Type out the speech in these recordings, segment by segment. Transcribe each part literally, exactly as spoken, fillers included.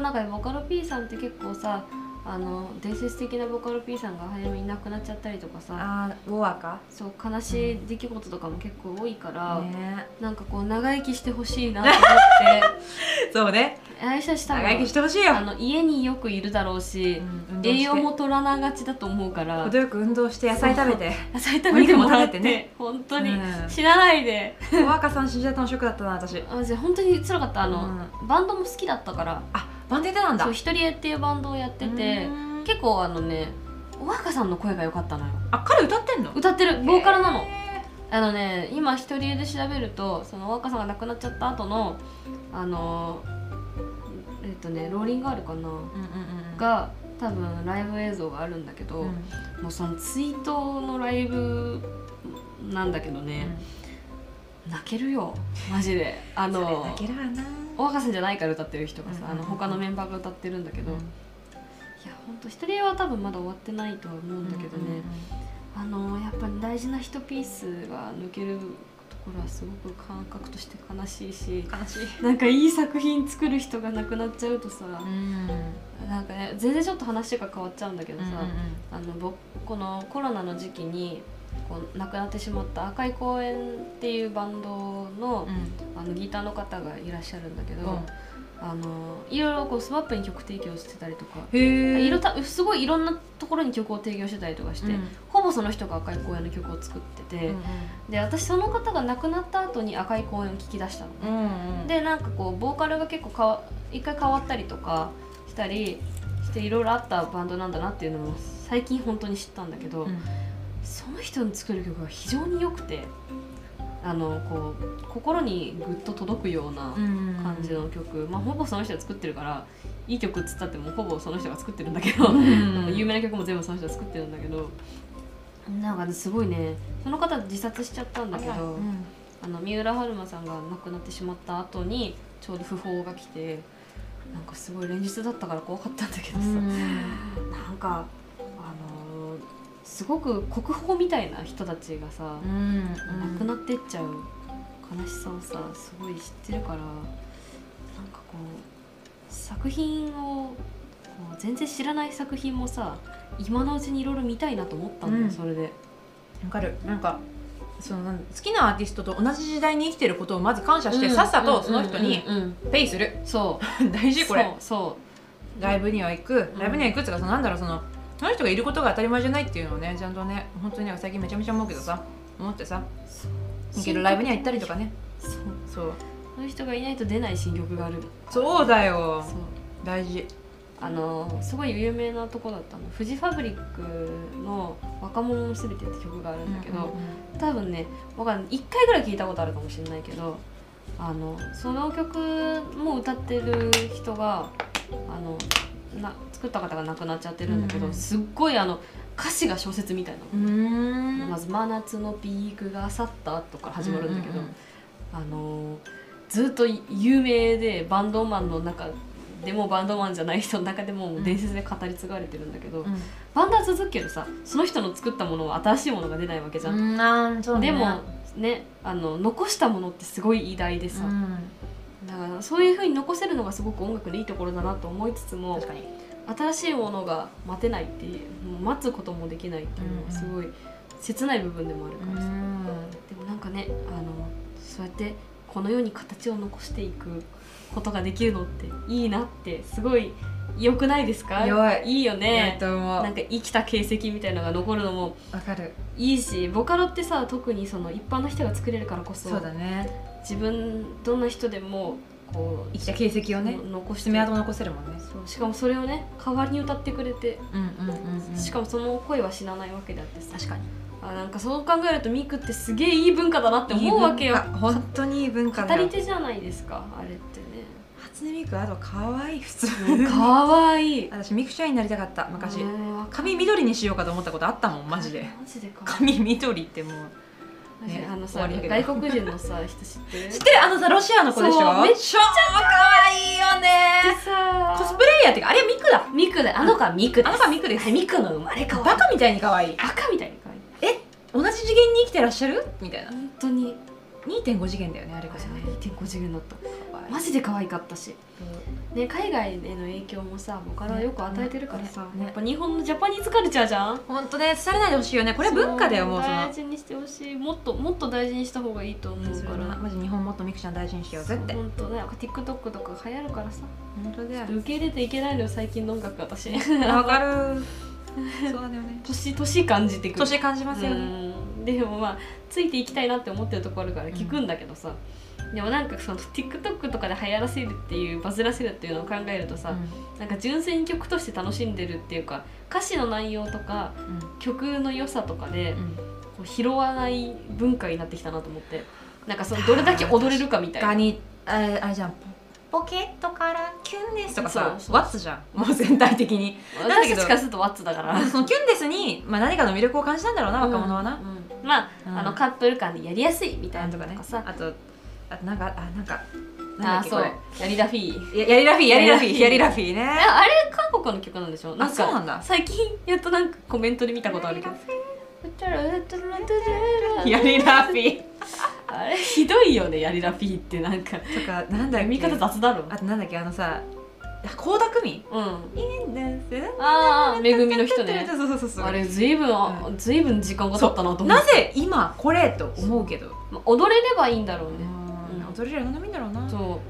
なんかボカロ P さんって結構さ、あの伝説的なボカロ P さんが早めに亡くなっちゃったりとかさ、 あーウォアか、 そう悲しい出来事とかも結構多いから、 ね、 なんかこう長生きしてほしいなと思ってそうね、 あいつたち多分長生きしてほしいよ。 あの家によくいるだろうし、 うん、 栄養も取らながちだと思うから程よく運動して野菜食べて野菜食べてもらってお肉も食べてね、 本当に、 うん知らないでウォアカさん死んじゃったのショックだったな私。 あじゃ本当に辛かった。あの、 うバンドも好きだったから、 あ、バンドやってたんだ。 そうひとりえっていうバンドをやってて、結構あのねお若さんの声が良かったのよ。 あ、彼歌ってんの？ 歌ってる、ボーカルなの。あのね今ひとりえで調べると、そのお若さんが亡くなっちゃった後のあのえっとねローリンガールかな、 うんうんうん、 が多分ライブ映像があるんだけど、 うん、 もうその追悼のライブなんだけどね、うん、泣けるよマジで。あの泣けるわな。 お若さんじゃないから歌ってる人がさ、 うんうんうん、 あの他のメンバーが歌ってるんだけど、 うん、 いやほんとひとりえは多分まだ終わってないとは思うんだけどね、うんうんうん、あのやっぱり大事な一ピースが抜けるところはすごく感覚として悲しいし、 悲しい。 なんかいい作品作る人が亡くなっちゃうとさ、 うん、 なんかね全然ちょっと話が変わっちゃうんだけどさ、 うんうんうん、 あの僕このコロナの時期にこう亡くなってしまった赤い公園っていうバンドの、うん、あのギターの方がいらっしゃるんだけど、うん、あのいろいろこうスマップに曲提供してたりとか、へいろたすごいいろんなところに曲を提供してたりとかして、うん、ほぼその人が赤い公園の曲を作ってて、うんうん、で私その方が亡くなった後に赤い公園を聴き出したの、うんうん、でなんかこうボーカルが結構かわ一回変わったりとかしたりしていろいろあったバンドなんだなっていうのも最近本当に知ったんだけど、うん、その人の作る曲が非常に良くて、あのこう心にグッと届くような感じの曲、まあ、ほぼその人が作ってるからいい曲っつったってもほぼその人が作ってるんだけど、うん、有名な曲も全部その人が作ってるんだけど、なんか、ね、すごいね、その方自殺しちゃったんだけど、うん、あの三浦春馬さんが亡くなってしまった後にちょうど訃報が来て、なんかすごい連日だったから怖かったんだけどさ、うん、なんかすごく国宝みたいな人たちがさ、うんうん、亡くなってっちゃう悲しさをさすごい知ってるから、なんかこう作品をこう全然知らない作品もさ今のうちにいろいろ見たいなと思ったんだよ、うん、それで。 わかる。なんかその好きなアーティストと同じ時代に生きてることをまず感謝して、うん、さっさとその人にペイする。そう大事これ。そうそうライブには行く、ライブには行くっていうか、そのなんだろう、そのその人がいることが当たり前じゃないっていうのをね、ちゃんとね、本当に最近めちゃめちゃ思うけどさ、思ってさ、行けるライブには行ったりとかね。そうそうそういう人がいないと出ない新曲がある。 そうだよ、そう大事。 あのすごい有名なとこだったの、フジファブリックの若者のすべてって曲があるんだけど、うんうんうん、多分ねわかんないいっかいぐらい聞いたことあるかもしれないけど、あのその曲も歌ってる人があのな作った方が亡くなっちゃってるんだけど、うん、すっごいあの歌詞が小説みたいな、うーんまず真夏のピークが去ったとか始まるんだけど、うんうんうん、あのずっと有名でバンドマンの中でもバンドマンじゃない人の中でも伝説で語り継がれてるんだけど、うん、バンドは続くけどさ、その人の作ったものは新しいものが出ないわけじゃん、うん、あそうね、でもね、あの残したものってすごい偉大でさ、うん、だからそういう風に残せるのがすごく音楽のいいところだなと思いつつも、確かに新しいものが待てないっていう、もう待つこともできないっていうのはすごい切ない部分でもあるからさ、うん、でもなんかね、あのそうやってこの世に形を残していくことができるのっていいなってすごい良くないですか？いいよね。なんか生きた形跡みたいなのが残るのもわかる。 いいし、ボカロってさ特にその一般の人が作れるからこそ、 そうだね。自分どんな人でもこう生きた形跡をね残して爪痕残せるもんね。 そうしかもそれをね代わりに歌ってくれて、うんうんうんうん、しかもその声は死なないわけであってさ。確かに。あなんかそう考えるとミクってすげえいい文化だなって思うわけよ。 本当にいい文化だよ。 語り手じゃないですかあれってね。 初音ミクあと可愛い普通に可愛い。 私ミクちゃんになりたかった昔。髪緑にしようかと思ったことあったもんマジで。マジで髪緑ってもう、ね、 あのさ外国人のさ人知ってる？ 知ってる、あのさロシアの子でしょ。めっちゃ可愛いよね。でさコスプレイヤーっていうかあれはミクだ。 ミクだ。あの子はミクです。 あの子はミクです。 ミクの生まれ変わり。 バカみたいに可愛い。 バカみたいに可愛い。 え同じ次元に生きてらっしゃるみたいな。 本当ににてんご次元だよねあれこそね。 にてんご次元だった。マジで可愛かったし、ね、海外への影響もさボカロはよく与えてるからさ、ねねね、やっぱ日本のジャパニーズカルチャーじゃん。 ほんとね、伝えないでほしいよね。これ文化だよ。もう大事にしてほしい。もっともっと大事にした方がいいと思うから、 マジ日本もっとミクちゃん大事にしようぜって。 ほんとね、TikTok とか流行るからさ、 ほんとだよ。 受け入れていけないのよ最近の音楽。私わかるそうだよね。 年年感じてくる。 年感じますよね。 でもまあついていきたいなって思ってるところあるから聞くんだけどさ、うん、でもなんかその TikTok とかで流行らせるっていうバズらせるっていうのを考えるとさ、うん、なんか純粋に曲として楽しんでるっていうか歌詞の内容とか、うん、曲の良さとかで、うん、こう拾わない文化になってきたなと思って、なんかそのどれだけ踊れるかみたいな。 確かにあれ、あれじゃん、ポケットからキュンですとかさ、ワッツじゃん、もう全体的に。 私たちからするとワッツだから、 そのキュンですに、まあ、何かの魅力を感じたんだろうな、若者はな。 うん、まあ、うん、あのカップル間でやりやすいみたいなとかね。 あと、あとなんか、あ、なんか、 なんだっけこれ、ヤリラフィー。 ヤリラフィー、ヤリラフィー、ヤリラフィーね。 あれ韓国の曲なんでしょ。 あ、そうなんだ。 最近やっとなんかコメントで見たことあるけど。 ヤリラフィー。 あれひどいよね、ヤリラフィーってなんか。 とか、なんだっけ。 見方雑だろ。 あとなんだっけ、あのさ、倖田來未。 うん。ああ、めぐみの人ね。 そうそうそうそう。 あれずいぶんずいぶん時間が経ったなと思って。 なぜ今これと思うけど。 踊れればいいんだろうね。 踊れれば何でもいいんだろうな。 そう。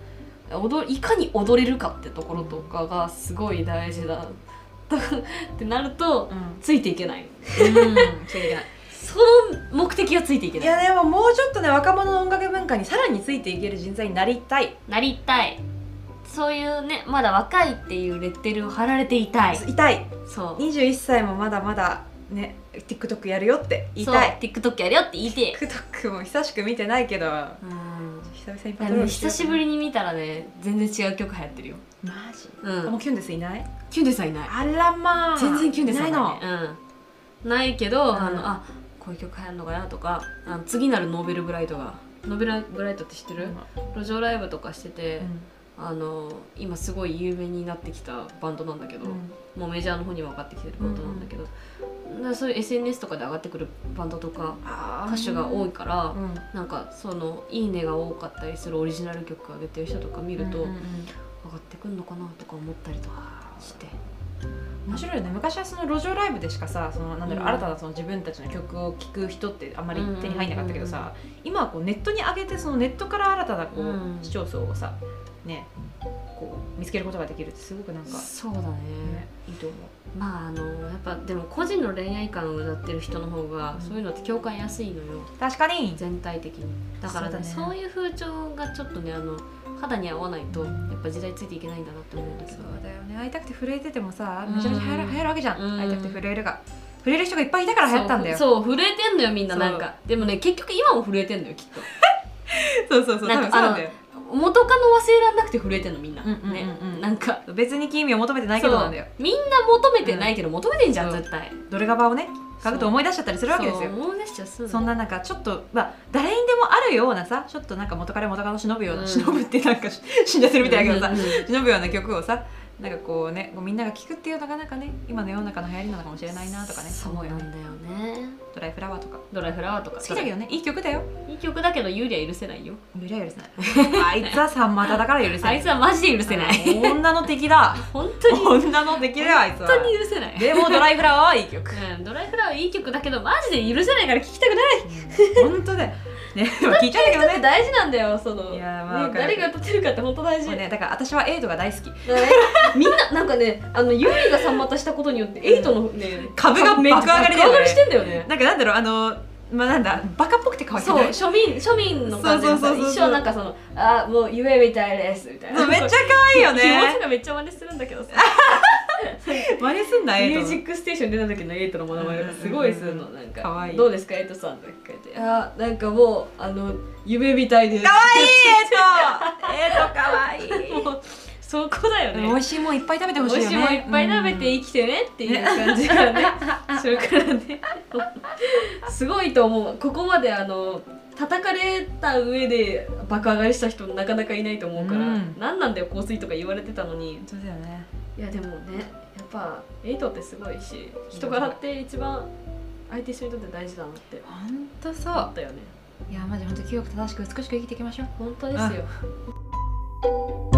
踊いかに踊れるかってところとかがすごい大事だってなると、ついていけない。 ついていけない。 その目的はついていけない。 いやでももうちょっとね、若者の音楽文化にさらについていける人材になりたい。 なりたい。そういうね、まだ若いっていうレッテルを貼られていたい。 いたい。 そう。 にじゅういっさいもまだまだね、TikTok やるよって言いたい。 TikTok やるよって言いて。 TikTok も久しく見てないけど、うん、久々にパトロールしてる。 久しぶりに見たらね、全然違う曲流行ってるよ。 マジ？ うん。 もうキュンですいない？ キュンですはいない。 あらまあ。 全然キュンですはいない。うん。ないけど、 うん、 あのあこういう曲流行るのかなとか、あの次なるノーベルブライトが、ノーベルブライトって知ってる？うん、路上ライブとかしてて。うん、あの今すごい有名になってきたバンドなんだけど、うん、もうメジャーの方にも分かってきてるバンドなんだけど、うんうん、そういう エスエヌエス とかで上がってくるバンドとか歌手が多いから、うん、なんかそのいいねが多かったりするオリジナル曲上げてる人とか見ると、うんうんうん、上がってくんのかなとか思ったりとかして。 面白いよね。昔はその路上ライブでしかさ、そのなんだろう、うん、新たなその自分たちの曲を聴く人ってあんまり手に入んなかったけどさ、今はこうネットに上げて、そのネットから新たなこう、うん、視聴層をさね、こう見つけることができるってすごくなんかそうだね、ね、 いいと思う。 まああのやっぱでも個人の恋愛観を歌ってる人の方が、うん、そういうのって共感やすいのよ。 確かに全体的に。だから ね, そう, ねそういう風潮がちょっとね、あの肌に合わないとやっぱ時代ついていけないんだなって思うんだけど。 そうだよね。会いたくて震えててもさ、めちゃめちゃ流行る、流行るわけじゃん、うん、会いたくて震えるが震える人がいっぱいいたから流行ったんだよ。 そう、そう震えてんのよみんな。なんかでもね、結局今も震えてんのよきっとそうそうそう、 なんか多分そうなんだよ。 元カノ忘れらんなくて震えてんのみんな、うんうんうんうん、ね、なんか別に君を求めてないけどなんだよ。 みんな求めてないけど、うん、求めてんじゃん絶対。 ドレガバをね書くと思い出しちゃったりするわけですよ。 思い出しちゃう。そ, そんななんかちょっと、まあ、誰にでもあるようなさ、ちょっとなんか元彼元カノ忍ぶような、うん、忍ぶってなんか死んじゃってるみたいだけどさ、うんうんうん、忍ぶような曲をさ、なんかこうね、みんなが聴くっていうのがなんかね、今の世の中の流行りなのかもしれないなとかね、 そうなんだよね。 ドライフラワーとかドライフラワーとか好きだけどね、いい曲だよ。 いい曲だけどユーリは許せないよ。 ユーリは許せないあいつは三股だから許せない。 あいつはマジで許せない。 女の敵だ本当に女の敵だよあいつは。 本当に許せない。 でもドライフラワーはいい曲、 うん、ドライフラワーいい曲だけどマジで許せないから聴きたくない、 うん、本当だよね。でも聞いちゃうんだけどね、 大事なんだよ。そのいや、まあね、誰が歌ってるかって本当大事、 ね、だから私はエイトが大好きみんななんかね、あのユーリが三股したことによってエイトのね株が爆上がりだよね。 してんだよね。 なんかなんだろう、あのまあなんだ、バカっぽくて可愛い。そう、 庶民庶民の感じでさ、一生なんかそのあもう夢みたいですみたいな。 めっちゃ可愛いよね。 気持ちがめっちゃ真似するんだけどさ。 真似すんなエイト。 ミュージックステーション出た時のエイトのモノマネがすごいするの。なんか可愛い。 どうですかエイトさんって書いて、あなんかもうあの夢みたいです。 可愛いエイト。エイト可愛い。もうそこだよね。 美味しいもんいっぱい食べてほしいよね。 美味しいもんいっぱい食べて生きてねっていう感じがねするからねすごいと思う。ここまであの叩かれた上で爆上がりした人なかなかいないと思うから、うん、何なんだよ香水とか言われてたのに。 そうだよね。 いやでもね、やっぱエイトってすごいし、人柄って一番相手一緒にとって大事だなってほんとそう思ったよね。 いやマジ本当清く正しく美しく生きていきましょう。 本当ですよ。